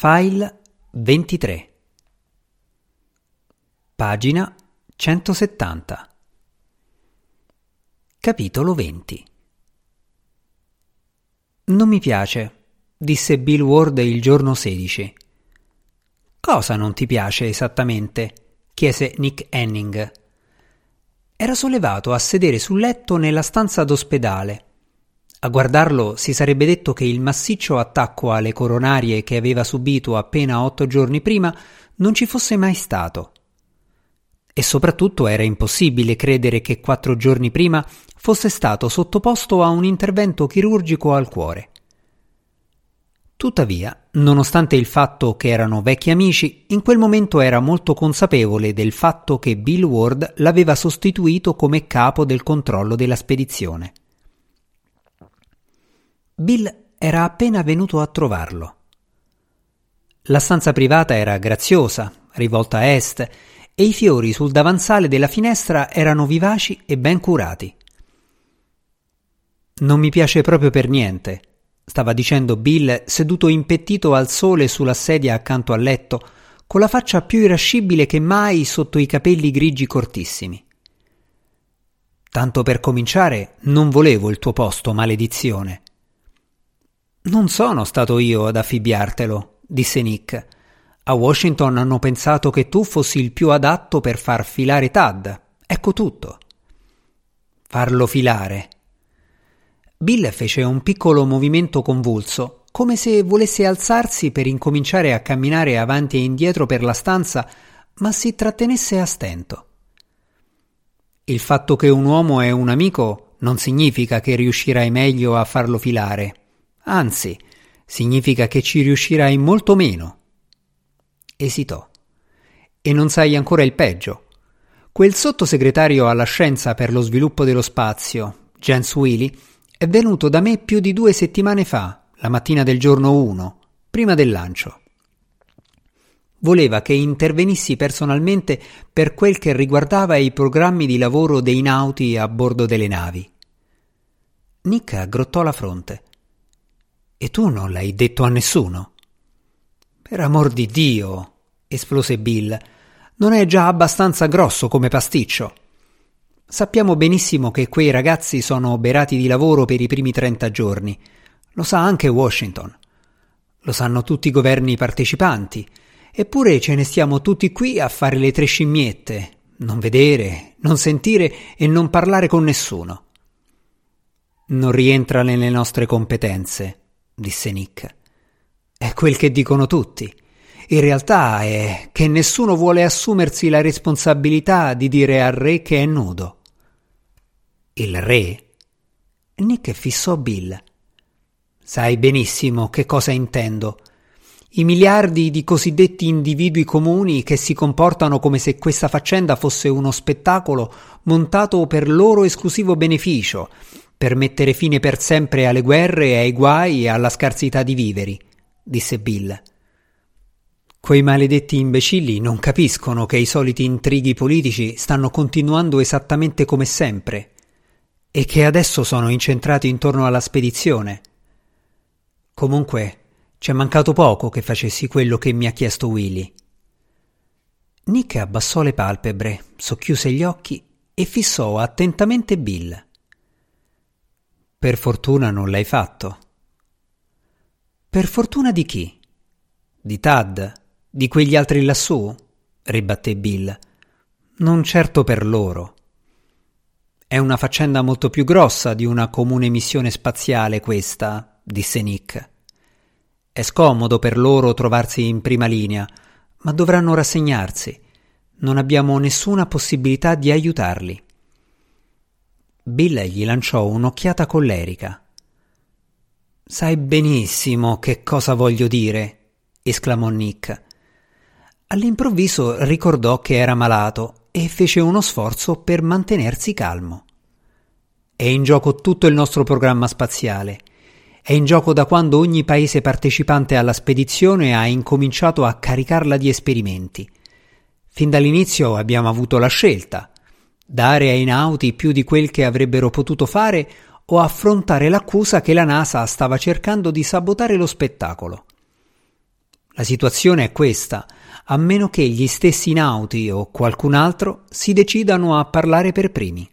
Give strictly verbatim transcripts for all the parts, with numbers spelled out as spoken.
File ventitré. Pagina centosettanta. Capitolo venti. Non mi piace, disse Bill Ward il giorno sedici. Cosa non ti piace esattamente? Chiese Nick Henning. Era sollevato a sedere sul letto nella stanza d'ospedale. A guardarlo si sarebbe detto che il massiccio attacco alle coronarie che aveva subito appena otto giorni prima non ci fosse mai stato. E soprattutto era impossibile credere che quattro giorni prima fosse stato sottoposto a un intervento chirurgico al cuore. Tuttavia, nonostante il fatto che erano vecchi amici, in quel momento era molto consapevole del fatto che Bill Ward l'aveva sostituito come capo del controllo della spedizione. Bill era appena venuto a trovarlo. La stanza privata era graziosa, rivolta a est, e i fiori sul davanzale della finestra erano vivaci e ben curati. Non mi piace proprio per niente, stava dicendo Bill seduto impettito al sole sulla sedia accanto al letto, con la faccia più irascibile che mai sotto i capelli grigi cortissimi. Tanto per cominciare, non volevo il tuo posto, maledizione. Non sono stato io ad affibbiartelo, disse Nick. A Washington hanno pensato che tu fossi il più adatto per far filare Tad. Ecco tutto. Farlo filare. Bill fece un piccolo movimento convulso, come se volesse alzarsi per incominciare a camminare avanti e indietro per la stanza, ma si trattenesse a stento. Il fatto che un uomo è un amico non significa che riuscirai meglio a farlo filare. Anzi, significa che ci riuscirai molto meno. Esitò. E non sai ancora il peggio. Quel sottosegretario alla scienza per lo sviluppo dello spazio, Jens Willy, è venuto da me più di due settimane fa, la mattina del giorno uno, prima del lancio. Voleva che intervenissi personalmente per quel che riguardava i programmi di lavoro dei nauti a bordo delle navi. Nick aggrottò la fronte. E tu non l'hai detto a nessuno? Per amor di Dio, esplose Bill, non è già abbastanza grosso come pasticcio? Sappiamo benissimo che quei ragazzi sono oberati di lavoro per i primi trenta giorni. Lo sa anche Washington. Lo sanno tutti i governi partecipanti. Eppure ce ne stiamo tutti qui a fare le tre scimmiette, non vedere, non sentire e non parlare con nessuno. Non rientra nelle nostre competenze, disse Nick. È quel che dicono tutti. In realtà è che nessuno vuole assumersi la responsabilità di dire al re che è nudo. Il re? Nick fissò Bill. Sai benissimo che cosa intendo. I miliardi di cosiddetti individui comuni che si comportano come se questa faccenda fosse uno spettacolo montato per loro esclusivo beneficio, per mettere fine per sempre alle guerre, ai guai e alla scarsità di viveri, disse Bill. Quei maledetti imbecilli non capiscono che i soliti intrighi politici stanno continuando esattamente come sempre e che adesso sono incentrati intorno alla spedizione. Comunque, c'è mancato poco che facessi quello che mi ha chiesto Willy. Nick abbassò le palpebre, socchiuse gli occhi e fissò attentamente Bill. Per fortuna non l'hai fatto. Per fortuna di chi? Di Tad? Di quegli altri lassù? Ribatté Bill. Non certo per loro. È una faccenda molto più grossa di una comune missione spaziale questa, disse Nick. È scomodo per loro trovarsi in prima linea, ma dovranno rassegnarsi. Non abbiamo nessuna possibilità di aiutarli. Bill gli lanciò un'occhiata collerica. Sai benissimo che cosa voglio dire, esclamò Nick. All'improvviso ricordò che era malato e fece uno sforzo per mantenersi calmo. È in gioco tutto il nostro programma spaziale. È in gioco da quando ogni paese partecipante alla spedizione ha incominciato a caricarla di esperimenti. Fin dall'inizio abbiamo avuto la scelta: dare ai nauti più di quel che avrebbero potuto fare o affrontare l'accusa che la NASA stava cercando di sabotare lo spettacolo. La situazione è questa, a meno che gli stessi nauti o qualcun altro si decidano a parlare per primi.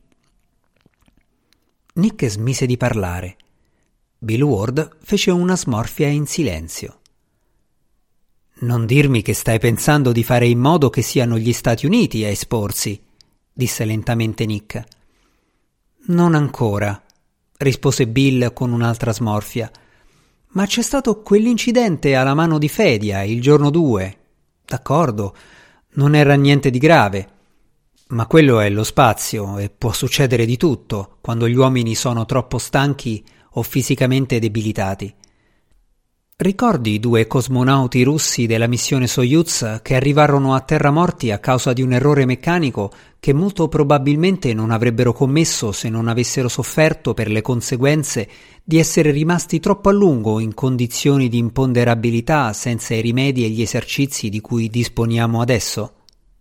Nick smise di parlare. Bill Ward fece una smorfia in silenzio. «Non dirmi che stai pensando di fare in modo che siano gli Stati Uniti a esporsi», disse lentamente Nick. «Non ancora», rispose Bill con un'altra smorfia. «Ma c'è stato quell'incidente alla mano di Fedia il giorno due. D'accordo, non era niente di grave. Ma quello è lo spazio e può succedere di tutto quando gli uomini sono troppo stanchi o fisicamente debilitati. Ricordi i due cosmonauti russi della missione Soyuz che arrivarono a terra morti a causa di un errore meccanico che molto probabilmente non avrebbero commesso se non avessero sofferto per le conseguenze di essere rimasti troppo a lungo in condizioni di imponderabilità senza i rimedi e gli esercizi di cui disponiamo adesso?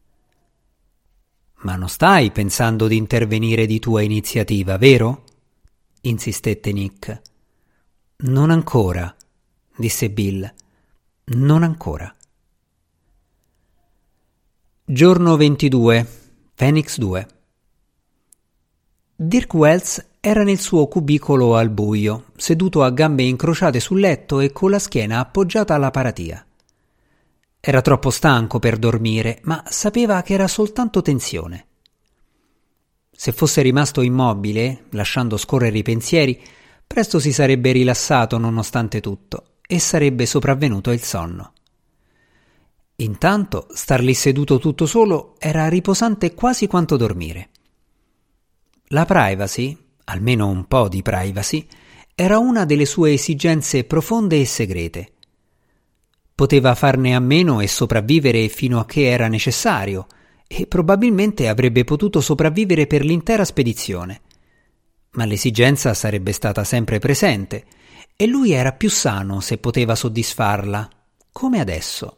Ma non stai pensando di intervenire di tua iniziativa, vero? Insistette Nick. Non ancora, disse Bill. Non ancora. Giorno ventidue, Phoenix due. Dirk Wells era nel suo cubicolo al buio, seduto a gambe incrociate sul letto e con la schiena appoggiata alla paratia. Era troppo stanco per dormire, ma sapeva che era soltanto tensione. Se fosse rimasto immobile, lasciando scorrere i pensieri, presto si sarebbe rilassato nonostante tutto e sarebbe sopravvenuto il sonno. Intanto, star lì seduto tutto solo era riposante quasi quanto dormire. La privacy, almeno un po' di privacy, era una delle sue esigenze profonde e segrete. Poteva farne a meno e sopravvivere fino a che era necessario, e probabilmente avrebbe potuto sopravvivere per l'intera spedizione. Ma l'esigenza sarebbe stata sempre presente, e lui era più sano se poteva soddisfarla, come adesso.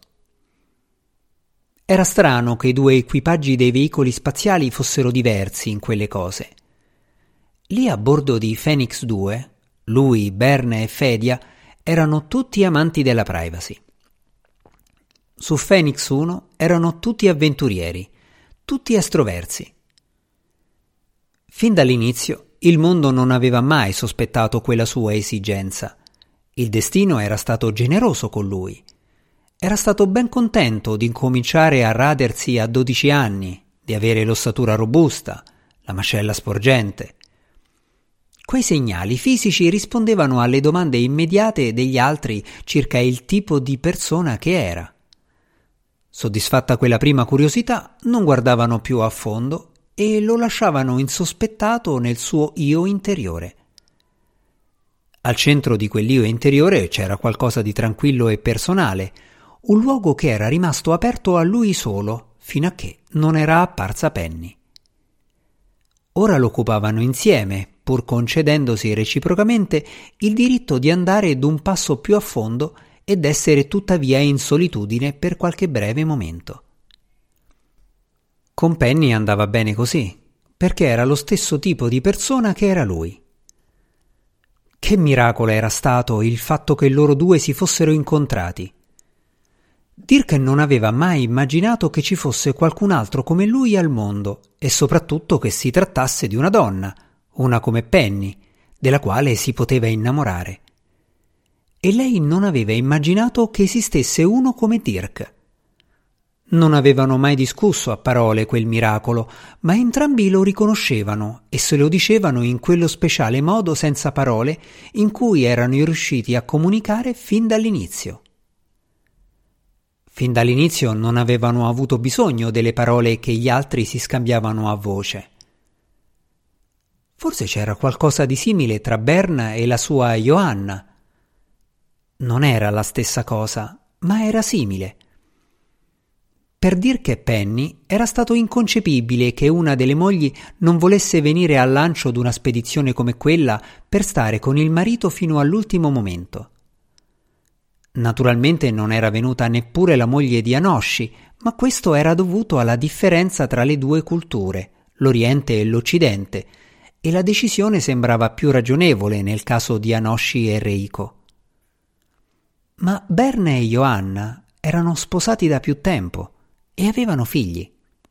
Era strano che i due equipaggi dei veicoli spaziali fossero diversi in quelle cose. Lì a bordo di Phoenix due, lui, Berne e Fedia erano tutti amanti della privacy. Su Phoenix uno erano tutti avventurieri, tutti estroversi. Fin dall'inizio il mondo non aveva mai sospettato quella sua esigenza. Il destino era stato generoso con lui. Era stato ben contento di incominciare a radersi a dodici anni, di avere l'ossatura robusta, la mascella sporgente. Quei segnali fisici rispondevano alle domande immediate degli altri circa il tipo di persona che era. Soddisfatta quella prima curiosità, non guardavano più a fondo e lo lasciavano insospettato nel suo io interiore. Al centro di quell'io interiore c'era qualcosa di tranquillo e personale, un luogo che era rimasto aperto a lui solo, fino a che non era apparsa Penny. Ora lo occupavano insieme, pur concedendosi reciprocamente il diritto di andare d'un passo più a fondo ed essere tuttavia in solitudine per qualche breve momento. Con Penny andava bene così, perché era lo stesso tipo di persona che era lui. Che miracolo era stato il fatto che loro due si fossero incontrati. Dirk non aveva mai immaginato che ci fosse qualcun altro come lui al mondo e soprattutto che si trattasse di una donna, una come Penny, della quale si poteva innamorare. E lei non aveva immaginato che esistesse uno come Dirk. Non avevano mai discusso a parole quel miracolo, ma entrambi lo riconoscevano e se lo dicevano in quello speciale modo senza parole in cui erano riusciti a comunicare fin dall'inizio. Fin dall'inizio non avevano avuto bisogno delle parole che gli altri si scambiavano a voce. Forse c'era qualcosa di simile tra Berna e la sua Johanna. Non era la stessa cosa, ma era simile. Per Dirk e Penny era stato inconcepibile che una delle mogli non volesse venire al lancio d'una spedizione come quella per stare con il marito fino all'ultimo momento. Naturalmente non era venuta neppure la moglie di Anoshi, ma questo era dovuto alla differenza tra le due culture, l'Oriente e l'Occidente, e la decisione sembrava più ragionevole nel caso di Anoshi e Reiko. Ma Berne e Johanna erano sposati da più tempo e avevano figli.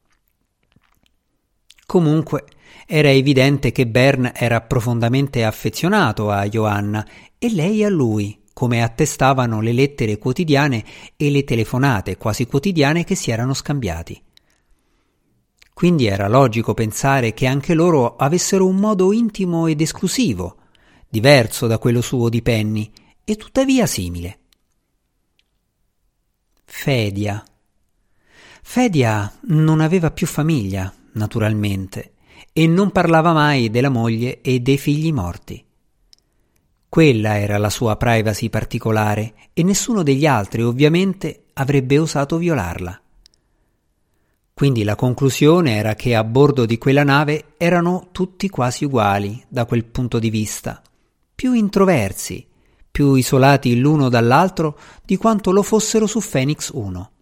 Comunque era evidente che Bern era profondamente affezionato a Johanna e lei a lui, come attestavano le lettere quotidiane e le telefonate quasi quotidiane che si erano scambiati. Quindi era logico pensare che anche loro avessero un modo intimo ed esclusivo, diverso da quello suo di Penny, e tuttavia simile. Fedia. Fedia non aveva più famiglia, naturalmente, e non parlava mai della moglie e dei figli morti. Quella era la sua privacy particolare e nessuno degli altri, ovviamente, avrebbe osato violarla. Quindi la conclusione era che a bordo di quella nave erano tutti quasi uguali da quel punto di vista, più introversi, più isolati l'uno dall'altro di quanto lo fossero su Phoenix uno.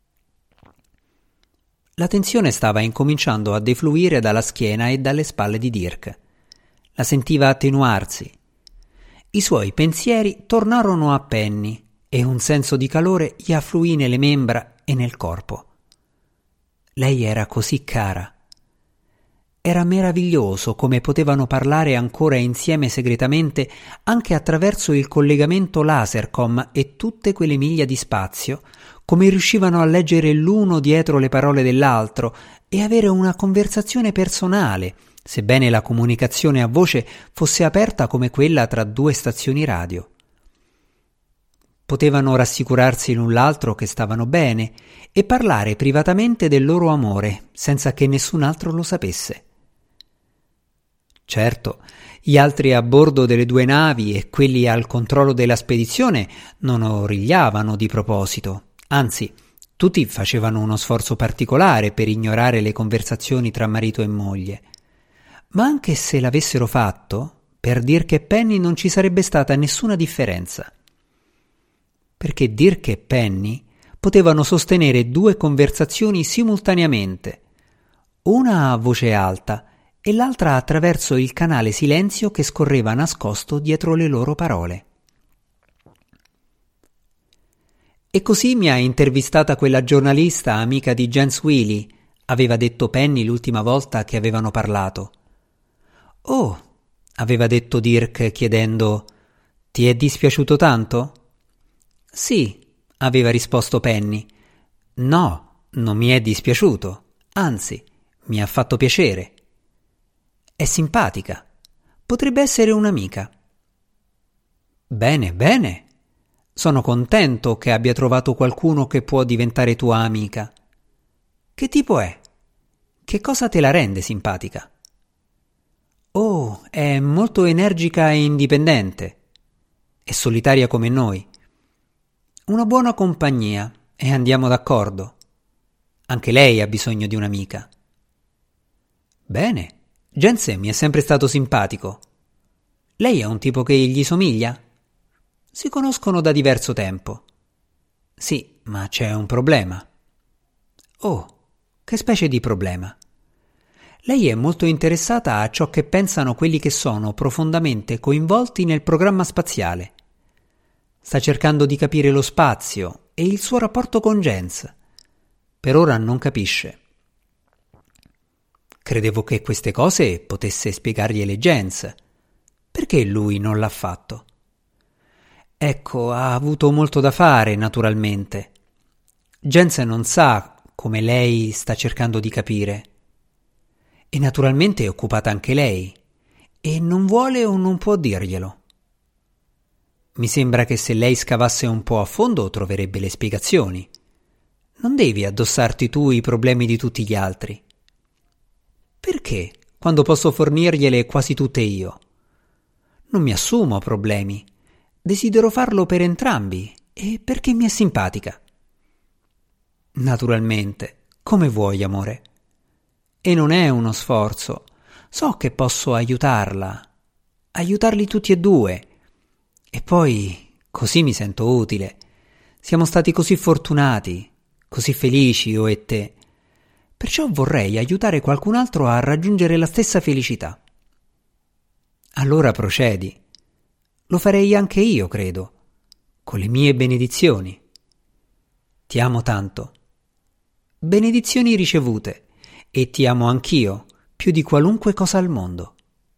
La tensione stava incominciando a defluire dalla schiena e dalle spalle di Dirk. La sentiva attenuarsi. I suoi pensieri tornarono a Penny e un senso di calore gli affluì nelle membra e nel corpo. Lei era così cara. Era meraviglioso come potevano parlare ancora insieme segretamente anche attraverso il collegamento Lasercom e tutte quelle miglia di spazio, come riuscivano a leggere l'uno dietro le parole dell'altro e avere una conversazione personale, sebbene la comunicazione a voce fosse aperta come quella tra due stazioni radio. Potevano rassicurarsi l'un l'altro che stavano bene e parlare privatamente del loro amore, senza che nessun altro lo sapesse. Certo, gli altri a bordo delle due navi e quelli al controllo della spedizione non origliavano di proposito, anzi, tutti facevano uno sforzo particolare per ignorare le conversazioni tra marito e moglie. Ma anche se l'avessero fatto, per Dirk e Penny non ci sarebbe stata nessuna differenza. Perché Dirk e Penny potevano sostenere due conversazioni simultaneamente, una a voce alta e l'altra attraverso il canale silenzio che scorreva nascosto dietro le loro parole. E così mi ha intervistata quella giornalista amica di Jens Wheely, aveva detto Penny l'ultima volta che avevano parlato. Oh, aveva detto Dirk chiedendo, ti è dispiaciuto tanto? Sì, aveva risposto Penny. No, non mi è dispiaciuto, anzi, mi ha fatto piacere. È simpatica, potrebbe essere un'amica. Bene, bene. Sono contento che abbia trovato qualcuno che può diventare tua amica. Che tipo è? Che cosa te la rende simpatica? Oh, è molto energica e indipendente. È solitaria come noi. Una buona compagnia e andiamo d'accordo. Anche lei ha bisogno di un'amica. Bene, Jensen mi è sempre stato simpatico. Lei è un tipo che gli somiglia? Si conoscono da diverso tempo. Sì, ma c'è un problema. Oh, che specie di problema? Lei è molto interessata a ciò che pensano quelli che sono profondamente coinvolti nel programma spaziale. Sta cercando di capire lo spazio e il suo rapporto con Jens. Per ora non capisce. Credevo che queste cose potesse spiegargliele Jens. Perché lui non l'ha fatto? Ecco, ha avuto molto da fare, naturalmente. Jens non sa come lei sta cercando di capire. E naturalmente è occupata anche lei. E non vuole o non può dirglielo. Mi sembra che se lei scavasse un po' a fondo troverebbe le spiegazioni. Non devi addossarti tu i problemi di tutti gli altri. Perché, quando posso fornirgliele quasi tutte io? Non mi assumo problemi. Desidero farlo per entrambi e perché mi è simpatica. Naturalmente, come vuoi, amore. E non è uno sforzo. So che posso aiutarla. Aiutarli tutti e due. E poi, così mi sento utile. Siamo stati così fortunati, così felici io e te. Perciò vorrei aiutare qualcun altro a raggiungere la stessa felicità. Allora procedi. Lo farei anche io, credo, con le mie benedizioni. Ti amo tanto. Benedizioni ricevute, e ti amo anch'io, più di qualunque cosa al mondo.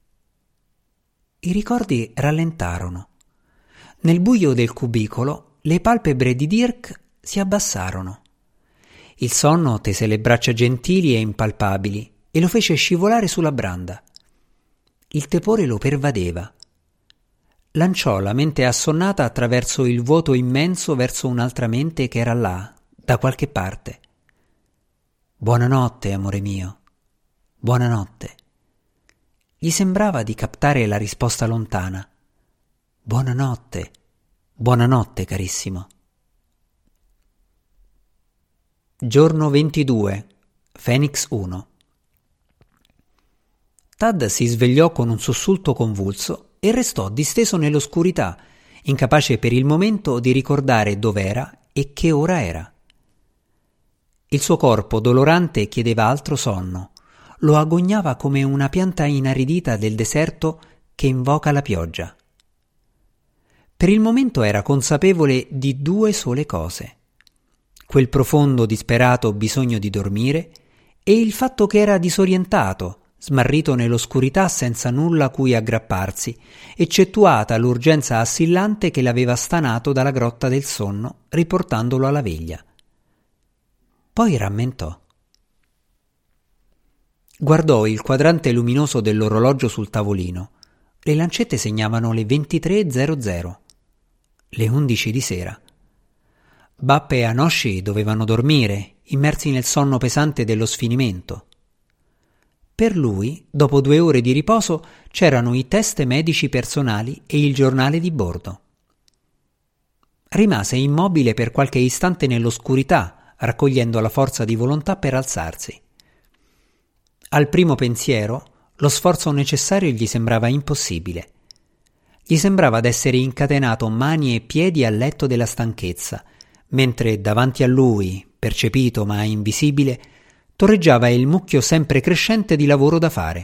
I ricordi rallentarono. Nel buio del cubicolo le palpebre di Dirk si abbassarono. Il sonno tese le braccia gentili e impalpabili e lo fece scivolare sulla branda. Il tepore lo pervadeva. Lanciò la mente assonnata attraverso il vuoto immenso verso un'altra mente che era là, da qualche parte. Buonanotte, amore mio. Buonanotte. Gli sembrava di captare la risposta lontana. Buonanotte. Buonanotte, carissimo. Giorno ventidue. Phoenix uno. Tad si svegliò con un sussulto convulso e restò disteso nell'oscurità, incapace per il momento di ricordare dov'era e che ora era. Il suo corpo dolorante chiedeva altro sonno, lo agognava come una pianta inaridita del deserto che invoca la pioggia. Per il momento era consapevole di due sole cose: quel profondo, disperato bisogno di dormire e il fatto che era disorientato, smarrito nell'oscurità senza nulla a cui aggrapparsi, eccettuata l'urgenza assillante che l'aveva stanato dalla grotta del sonno, riportandolo alla veglia. Poi rammentò. Guardò il quadrante luminoso dell'orologio sul tavolino. Le lancette segnavano le ventitré e zero zero, le undici di sera. Bappa e Anoshi dovevano dormire, immersi nel sonno pesante dello sfinimento. Per lui, dopo due ore di riposo, c'erano i test medici personali e il giornale di bordo. Rimase immobile per qualche istante nell'oscurità, raccogliendo la forza di volontà per alzarsi. Al primo pensiero, lo sforzo necessario gli sembrava impossibile. Gli sembrava d'essere incatenato mani e piedi al letto della stanchezza, mentre davanti a lui, percepito ma invisibile, torreggiava il mucchio sempre crescente di lavoro da fare.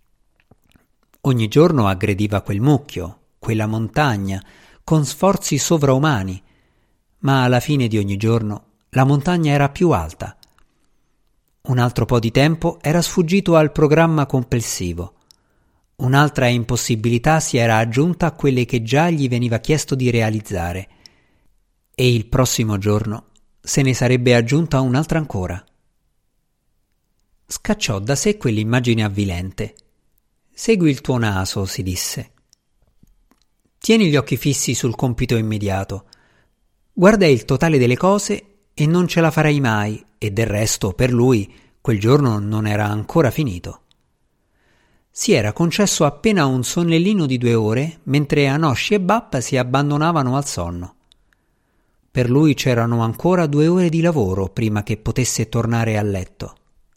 Ogni giorno aggrediva quel mucchio, quella montagna, con sforzi sovraumani, ma alla fine di ogni giorno la montagna era più alta. Un altro po' di tempo era sfuggito al programma complessivo. Un'altra impossibilità si era aggiunta a quelle che già gli veniva chiesto di realizzare, e il prossimo giorno se ne sarebbe aggiunta un'altra ancora. Scacciò da sé quell'immagine avvilente. Segui il tuo naso, si disse. Tieni gli occhi fissi sul compito immediato. Guarda il totale delle cose e non ce la farai mai, e del resto, per lui, quel giorno non era ancora finito. Si era concesso appena un sonnellino di due ore, mentre Anoshi e Bappa si abbandonavano al sonno. Per lui c'erano ancora due ore di lavoro prima che potesse tornare a letto.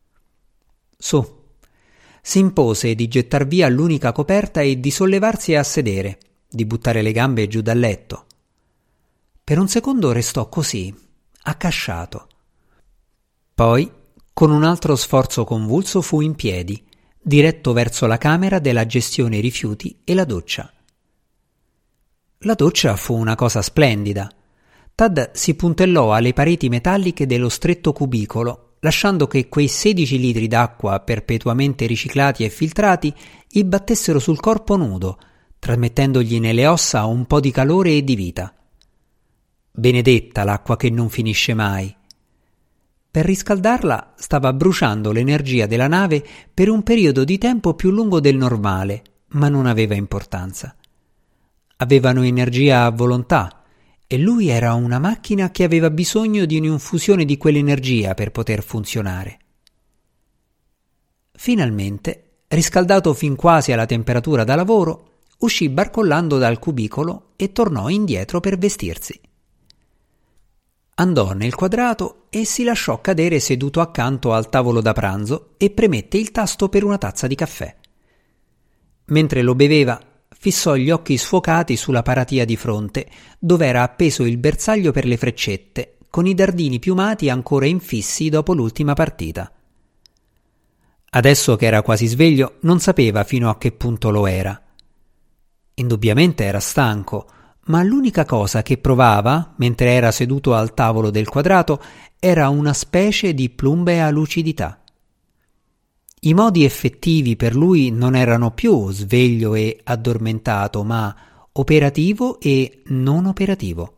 Su, si impose di gettar via l'unica coperta e di sollevarsi a sedere, di buttare le gambe giù dal letto. Per un secondo restò così, accasciato. Poi, con un altro sforzo convulso, fu in piedi, diretto verso la camera della gestione rifiuti e la doccia. La doccia fu una cosa splendida. Tad si puntellò alle pareti metalliche dello stretto cubicolo, lasciando che quei sedici litri d'acqua perpetuamente riciclati e filtrati gli battessero sul corpo nudo, trasmettendogli nelle ossa un po' di calore e di vita. Benedetta l'acqua che non finisce mai. Per riscaldarla stava bruciando l'energia della nave per un periodo di tempo più lungo del normale, ma non aveva importanza. Avevano energia a volontà, e lui era una macchina che aveva bisogno di un'infusione di quell'energia per poter funzionare. Finalmente, riscaldato fin quasi alla temperatura da lavoro, uscì barcollando dal cubicolo e tornò indietro per vestirsi. Andò nel quadrato e si lasciò cadere seduto accanto al tavolo da pranzo e premette il tasto per una tazza di caffè. Mentre lo beveva, fissò gli occhi sfocati sulla paratia di fronte, dove era appeso il bersaglio per le freccette, con i dardini piumati ancora infissi dopo l'ultima partita. Adesso che era quasi sveglio, non sapeva fino a che punto lo era. Indubbiamente era stanco, ma l'unica cosa che provava, mentre era seduto al tavolo del quadrato, era una specie di plumbea lucidità. I modi effettivi per lui non erano più sveglio e addormentato, ma operativo e non operativo.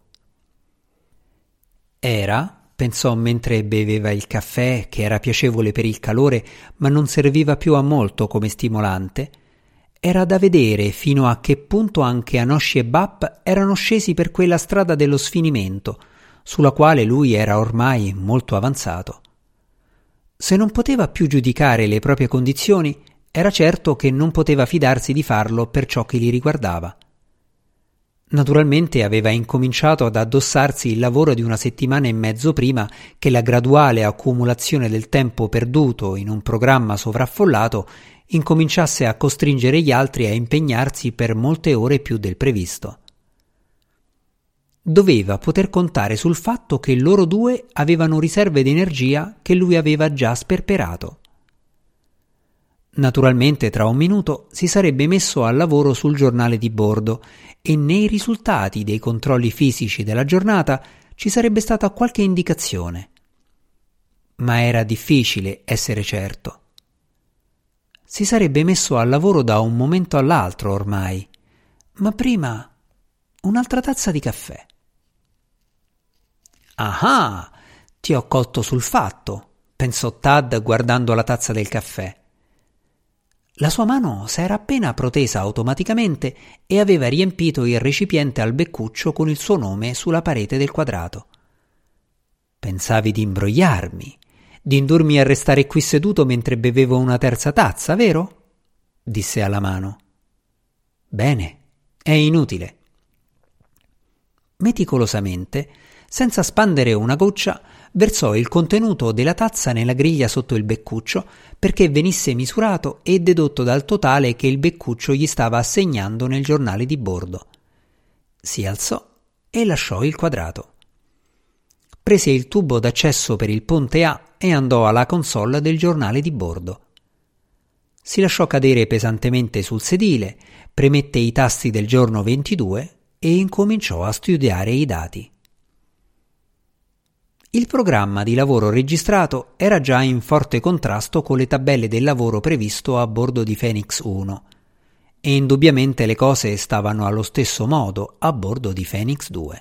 Era, pensò mentre beveva il caffè, che era piacevole per il calore, ma non serviva più a molto come stimolante, era da vedere fino a che punto anche Anoshi e Bap erano scesi per quella strada dello sfinimento, sulla quale lui era ormai molto avanzato. Se non poteva più giudicare le proprie condizioni, era certo che non poteva fidarsi di farlo per ciò che li riguardava. Naturalmente aveva incominciato ad addossarsi il lavoro di una settimana e mezzo prima che la graduale accumulazione del tempo perduto in un programma sovraffollato incominciasse a costringere gli altri a impegnarsi per molte ore più del previsto. Doveva poter contare sul fatto che loro due avevano riserve di energia che lui aveva già sperperato. Naturalmente tra un minuto si sarebbe messo al lavoro sul giornale di bordo e nei risultati dei controlli fisici della giornata ci sarebbe stata qualche indicazione. Ma era difficile essere certo. Si sarebbe messo al lavoro da un momento all'altro ormai, ma prima un'altra tazza di caffè. Ah, ti ho colto sul fatto, pensò Tad guardando la tazza del caffè. La sua mano s'era appena protesa automaticamente e aveva riempito il recipiente al beccuccio con il suo nome sulla parete del quadrato. Pensavi di imbrogliarmi, di indurmi a restare qui seduto mentre bevevo una terza tazza, vero? Disse alla mano. Bene, è inutile. Meticolosamente, senza spandere una goccia, versò il contenuto della tazza nella griglia sotto il beccuccio perché venisse misurato e dedotto dal totale che il beccuccio gli stava assegnando nel giornale di bordo. Si alzò e lasciò il quadrato. Prese il tubo d'accesso per il ponte A e andò alla console del giornale di bordo. Si lasciò cadere pesantemente sul sedile, premette i tasti del giorno ventidue e incominciò a studiare i dati. Il programma di lavoro registrato era già in forte contrasto con le tabelle del lavoro previsto a bordo di Phoenix uno e indubbiamente le cose stavano allo stesso modo a bordo di Phoenix due.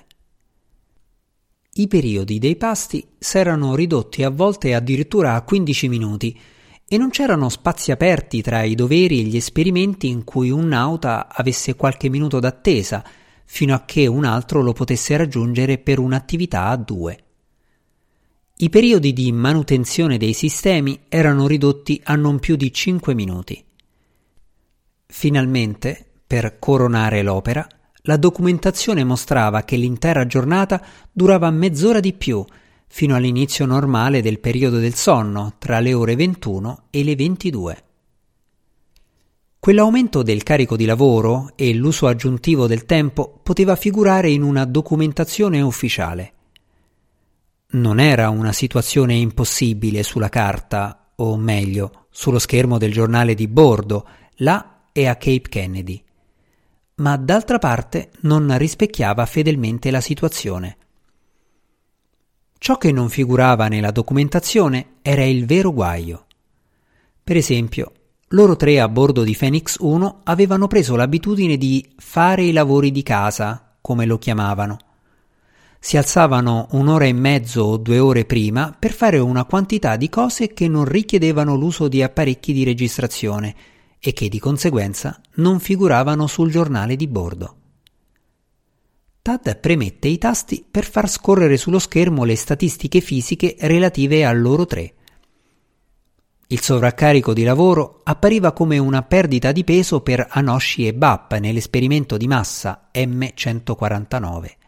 I periodi dei pasti s'erano ridotti a volte addirittura a quindici minuti e non c'erano spazi aperti tra i doveri e gli esperimenti in cui un nauta avesse qualche minuto d'attesa fino a che un altro lo potesse raggiungere per un'attività a due. I periodi di manutenzione dei sistemi erano ridotti a non più di cinque minuti. Finalmente, per coronare l'opera, la documentazione mostrava che l'intera giornata durava mezz'ora di più, fino all'inizio normale del periodo del sonno, tra le ore ventuno e le ventidue. Quell'aumento del carico di lavoro e l'uso aggiuntivo del tempo poteva figurare in una documentazione ufficiale. Non era una situazione impossibile sulla carta, o meglio, sullo schermo del giornale di bordo, là e a Cape Kennedy. Ma d'altra parte non rispecchiava fedelmente la situazione. Ciò che non figurava nella documentazione era il vero guaio. Per esempio, loro tre a bordo di Phoenix uno avevano preso l'abitudine di fare i lavori di casa, come lo chiamavano. Si alzavano un'ora e mezzo o due ore prima per fare una quantità di cose che non richiedevano l'uso di apparecchi di registrazione e che di conseguenza non figuravano sul giornale di bordo. Tad premette i tasti per far scorrere sullo schermo le statistiche fisiche relative a loro tre. Il sovraccarico di lavoro appariva come una perdita di peso per Anoshi e Bap nell'esperimento di massa M centoquarantanove.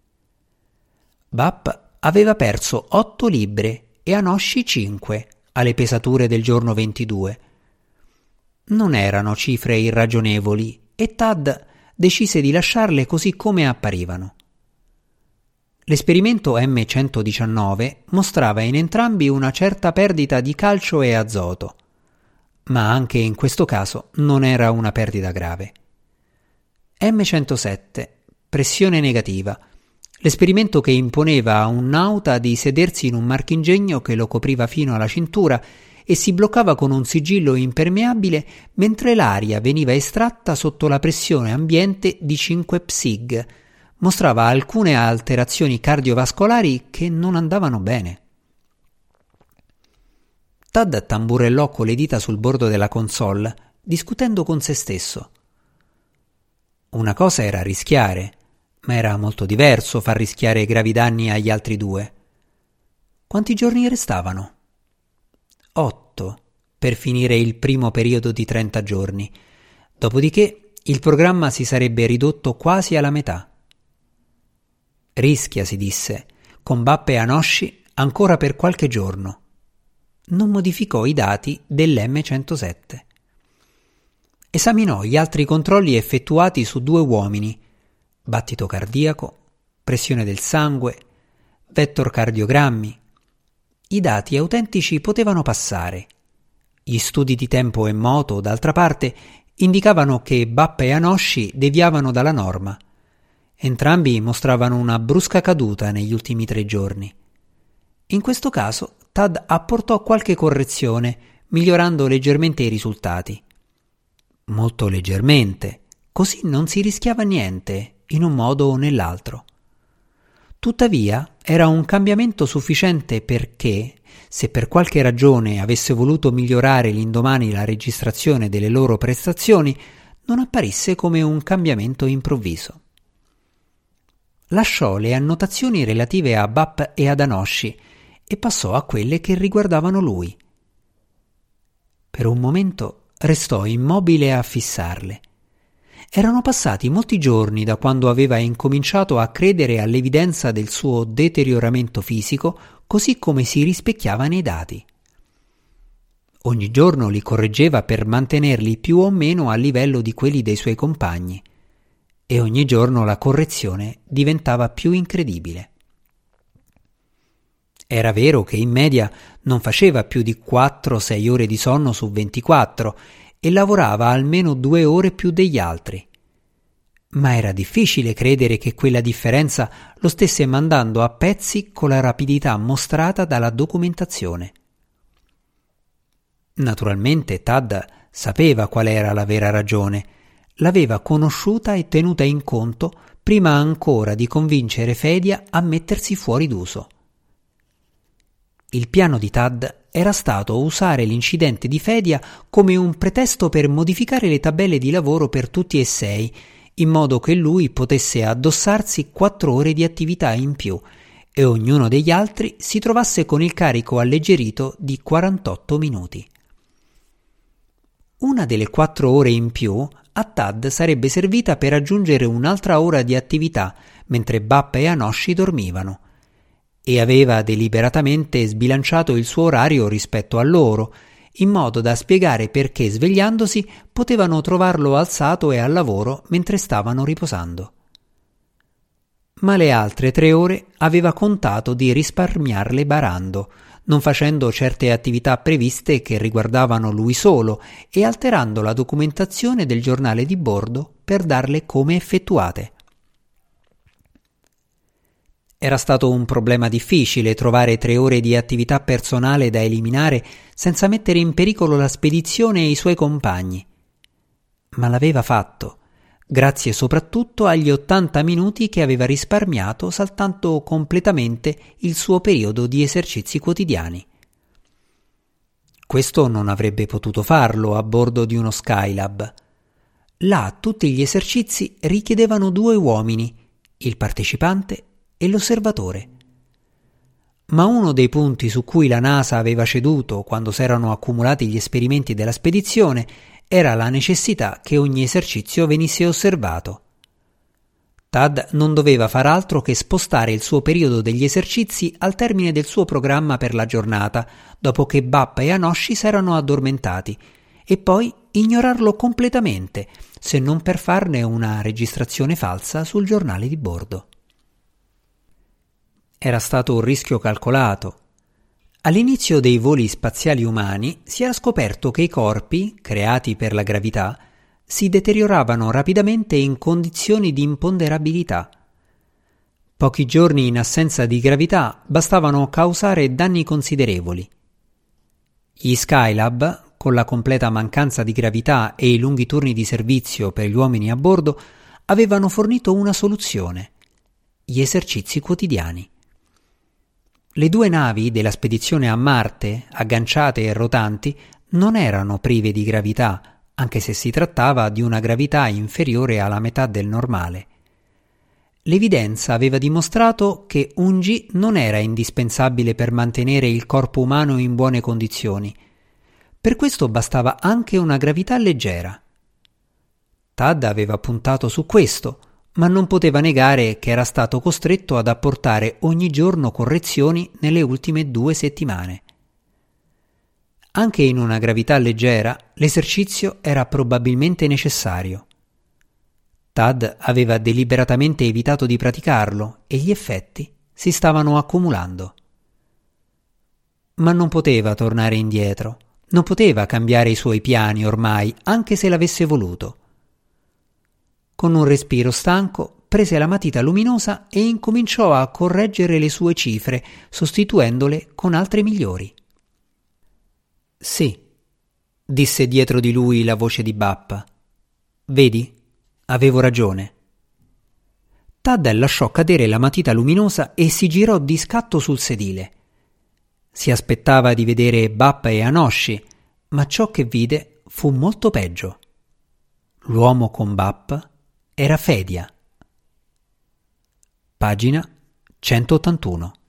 Bap aveva perso otto libbre e Anoshi cinque alle pesature del giorno ventidue. Non erano cifre irragionevoli e Tad decise di lasciarle così come apparivano. L'esperimento M centodiciannove mostrava in entrambi una certa perdita di calcio e azoto, ma anche in questo caso non era una perdita grave. M centosette pressione negativa. L'esperimento che imponeva a un nauta di sedersi in un marchingegno che lo copriva fino alla cintura e si bloccava con un sigillo impermeabile mentre l'aria veniva estratta sotto la pressione ambiente di cinque psig. Mostrava alcune alterazioni cardiovascolari che non andavano bene. Tad tamburellò con le dita sul bordo della console, discutendo con se stesso. Una cosa era rischiare, ma era molto diverso far rischiare gravi danni agli altri due. Quanti giorni restavano? Otto, per finire il primo periodo di trenta giorni. Dopodiché il programma si sarebbe ridotto quasi alla metà. Rischia, si disse, con Bappe e Anosci ancora per qualche giorno. Non modificò i dati dell'emme centosette. Esaminò gli altri controlli effettuati su due uomini: battito cardiaco, pressione del sangue, vector cardiogrammi. I dati autentici potevano passare. Gli studi di tempo e moto, d'altra parte, indicavano che Bappe e Anosci deviavano dalla norma. Entrambi mostravano una brusca caduta negli ultimi tre giorni. In questo caso Tad apportò qualche correzione, migliorando leggermente i risultati. Molto leggermente, così non si rischiava niente, in un modo o nell'altro. Tuttavia, era un cambiamento sufficiente perché, se per qualche ragione avesse voluto migliorare l'indomani la registrazione delle loro prestazioni, non apparisse come un cambiamento improvviso. Lasciò le annotazioni relative a Bapp e ad Anosci e passò a quelle che riguardavano lui. Per un momento restò immobile a fissarle. Erano passati molti giorni da quando aveva incominciato a credere all'evidenza del suo deterioramento fisico, così come si rispecchiava nei dati. Ogni giorno li correggeva per mantenerli più o meno a livello di quelli dei suoi compagni, e ogni giorno la correzione diventava più incredibile. Era vero che in media non faceva più di quattro sei ore di sonno su ventiquattro e lavorava almeno due ore più degli altri. Ma era difficile credere che quella differenza lo stesse mandando a pezzi con la rapidità mostrata dalla documentazione. Naturalmente Tad sapeva qual era la vera ragione, l'aveva conosciuta e tenuta in conto prima ancora di convincere Fedia a mettersi fuori d'uso. Il piano di Tad era stato usare l'incidente di Fedia come un pretesto per modificare le tabelle di lavoro per tutti e sei, in modo che lui potesse addossarsi quattro ore di attività in più e ognuno degli altri si trovasse con il carico alleggerito di quarantotto minuti. Una delle quattro ore in più a Tad sarebbe servita per aggiungere un'altra ora di attività mentre Bappe e Anosci dormivano, e aveva deliberatamente sbilanciato il suo orario rispetto a loro, in modo da spiegare perché svegliandosi potevano trovarlo alzato e al lavoro mentre stavano riposando. Ma le altre tre ore aveva contato di risparmiarle barando, non facendo certe attività previste che riguardavano lui solo e alterando la documentazione del giornale di bordo per darle come effettuate. Era stato un problema difficile trovare tre ore di attività personale da eliminare senza mettere in pericolo la spedizione e i suoi compagni. Ma l'aveva fatto, grazie soprattutto agli ottanta minuti che aveva risparmiato saltando completamente il suo periodo di esercizi quotidiani. Questo non avrebbe potuto farlo a bordo di uno Skylab. Là tutti gli esercizi richiedevano due uomini, il partecipante e l'osservatore. Ma uno dei punti su cui la NASA aveva ceduto quando s'erano accumulati gli esperimenti della spedizione era la necessità che ogni esercizio venisse osservato. Tad non doveva far altro che spostare il suo periodo degli esercizi al termine del suo programma per la giornata, dopo che Bapp e Anosci s'erano addormentati, e poi ignorarlo completamente, se non per farne una registrazione falsa sul giornale di bordo. Era stato un rischio calcolato. All'inizio dei voli spaziali umani si era scoperto che i corpi, creati per la gravità, si deterioravano rapidamente in condizioni di imponderabilità. Pochi giorni in assenza di gravità bastavano causare danni considerevoli. Gli Skylab, con la completa mancanza di gravità e i lunghi turni di servizio per gli uomini a bordo, avevano fornito una soluzione: gli esercizi quotidiani. Le due navi della spedizione a Marte, agganciate e rotanti, non erano prive di gravità, anche se si trattava di una gravità inferiore alla metà del normale. L'evidenza aveva dimostrato che un G non era indispensabile per mantenere il corpo umano in buone condizioni. Per questo bastava anche una gravità leggera. Tad aveva puntato su questo, ma non poteva negare che era stato costretto ad apportare ogni giorno correzioni nelle ultime due settimane. Anche in una gravità leggera, l'esercizio era probabilmente necessario. Tad aveva deliberatamente evitato di praticarlo e gli effetti si stavano accumulando. Ma non poteva tornare indietro, non poteva cambiare i suoi piani ormai, anche se l'avesse voluto. Con un respiro stanco, prese la matita luminosa e incominciò a correggere le sue cifre, sostituendole con altre migliori. «Sì», disse dietro di lui la voce di Bappa. «Vedi? Avevo ragione». Tad lasciò cadere la matita luminosa e si girò di scatto sul sedile. Si aspettava di vedere Bappa e Anoshi, ma ciò che vide fu molto peggio. L'uomo con Bappa era Fedia. Pagina centottantuno.